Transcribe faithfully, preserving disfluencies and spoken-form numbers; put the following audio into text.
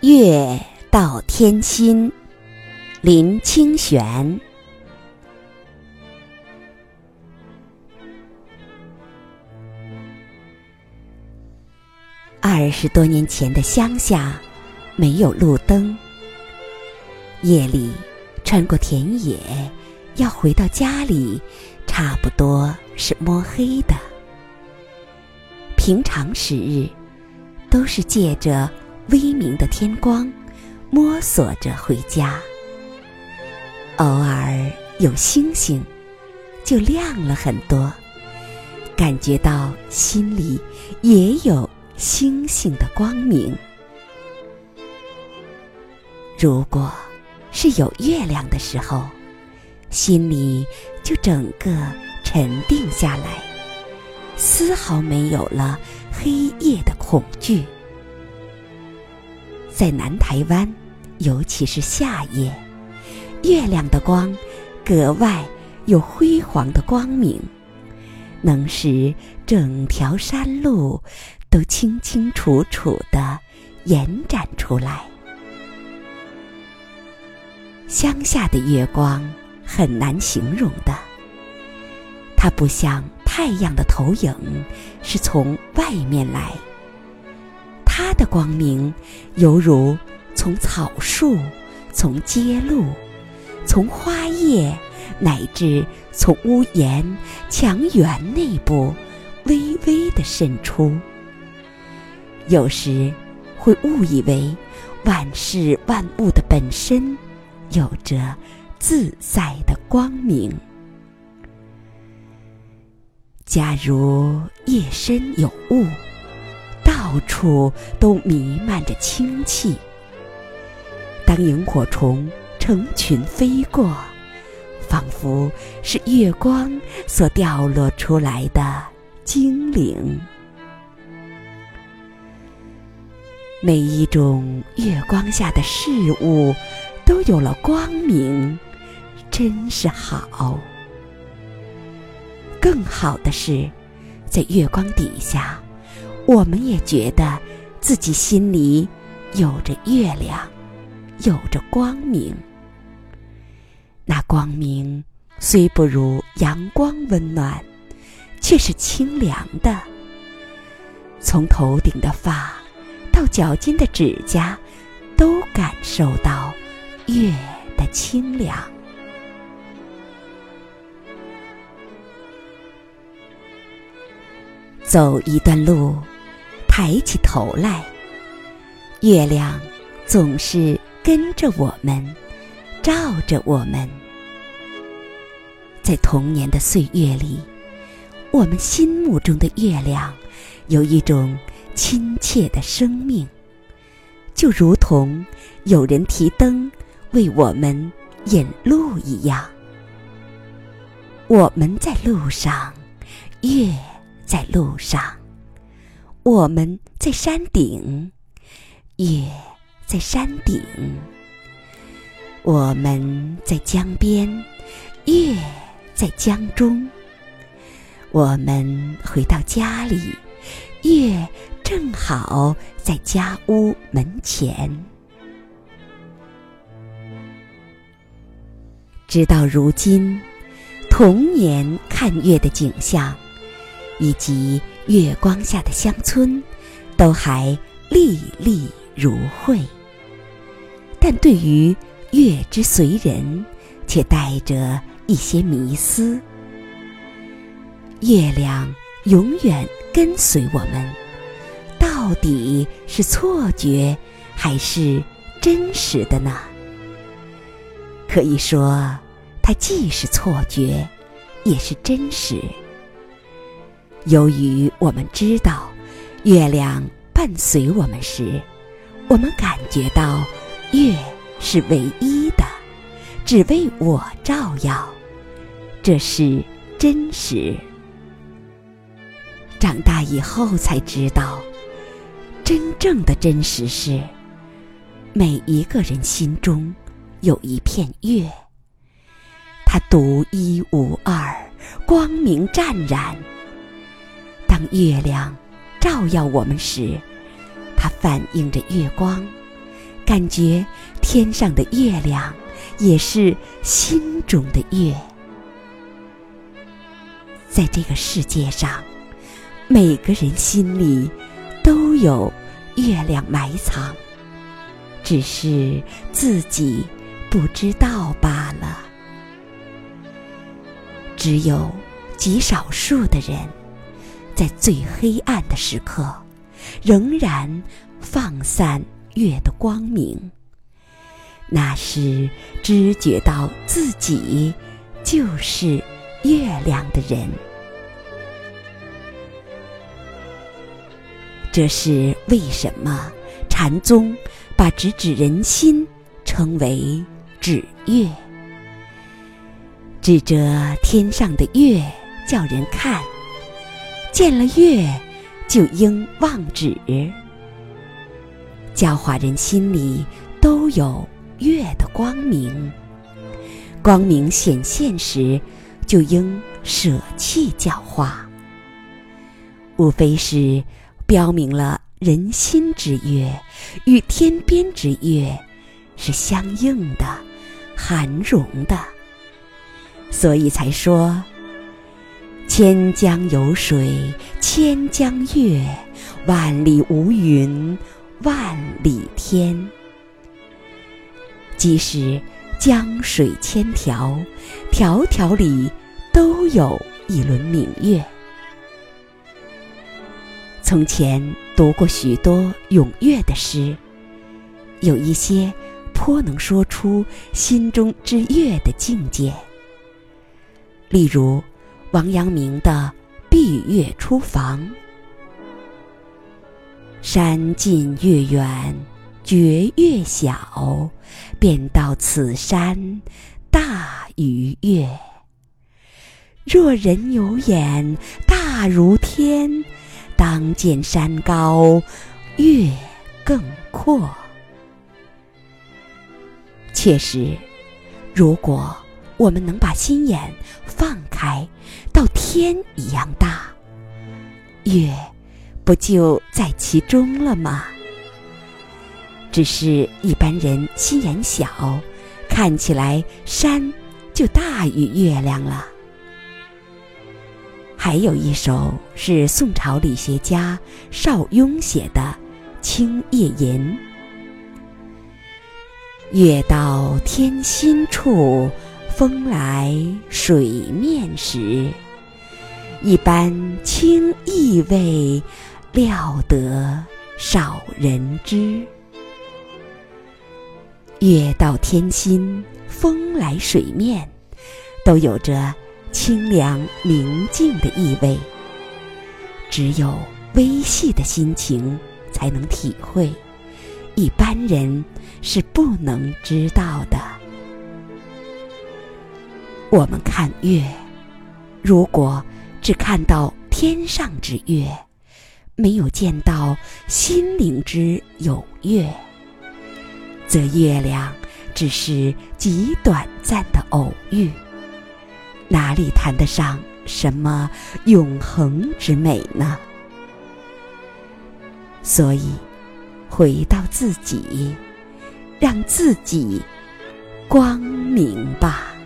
月到天心，林清玄。二十多年前的乡下，没有路灯，夜里穿过田野，要回到家里，差不多是摸黑的。平常时日，都是借着微明的天光，摸索着回家。偶尔有星星，就亮了很多，感觉到心里也有星星的光明。如果是有月亮的时候，心里就整个沉定下来，丝毫没有了黑夜的恐惧。在南台湾，尤其是夏夜，月亮的光格外有辉煌的光明，能使整条山路都清清楚楚地延展出来。乡下的月光很难形容的，它不像太阳的投影是从外面来，它的光明犹如从草树，从街路，从花叶，乃至从屋檐、墙垣内部微微地渗出。有时会误以为万事万物的本身有着自在的光明。假如夜深有雾，到处都弥漫着清气，当萤火虫成群飞过，仿佛是月光所掉落出来的精灵。每一种月光下的事物都有了光明，真是好。更好的是，在月光底下，我们也觉得自己心里有着月亮，有着光明。那光明虽不如阳光温暖，却是清凉的。从头顶的发到脚尖的指甲，都感受到月的清凉。走一段路，抬起头来，月亮总是跟着我们，照着我们。在童年的岁月里，我们心目中的月亮有一种亲切的生命，就如同有人提灯为我们引路一样。我们在路上，月在路上；我们在山顶，月在山顶；我们在江边，月在江中；我们回到家里，月正好在家屋门前。直到如今，童年看月的景象以及月光下的乡村都还历历如绘，但对于月之随人却带着一些迷思。月亮永远跟随我们，到底是错觉还是真实的呢？可以说，它既是错觉，也是真实。由于我们知道月亮伴随我们时，我们感觉到月是唯一的，只为我照耀，这是真实。长大以后才知道，真正的真实是，每一个人心中有一片月，它独一无二，光明湛然。当月亮照耀我们时，它反映着月光， 感觉天上的月亮也是心中的月。在这个世界上，每个人心里都有月亮埋藏，只是自己不知道罢了。只有极少数的人，在最黑暗的时刻，仍然放散月的光明，那是知觉到自己就是月亮的人。这是为什么禅宗把直指人心称为指月。指着天上的月叫人看，见了月就应忘指，教化人心里都有月的光明，光明显现时就应舍弃教化，无非是标明了人心之月与天边之月是相应的、含容的，所以才说千江有水千江月，万里无云万里天。即使江水千条，条条里都有一轮明月。从前读过许多咏月的诗，有一些颇能说出心中之月的境界。例如王阳明的《闭月出房》：山近月远觉月小，便道此山大于月。若人有眼大如天，当见山高月更阔。确实，如果我们能把心眼放开到天一样大，月不就在其中了吗？只是一般人心眼小，看起来山就大于月亮了。还有一首是宋朝理学家邵雍写的《青叶吟》：月到天心处，风来水面时，一般清意味，料得少人知。月到天心，风来水面，都有着清凉宁静的意味，只有微细的心情才能体会，一般人是不能知道的。我们看月，如果只看到天上之月，没有见到心灵之有月，则月亮只是极短暂的偶遇，哪里谈得上什么永恒之美呢？所以回到自己，让自己光明吧。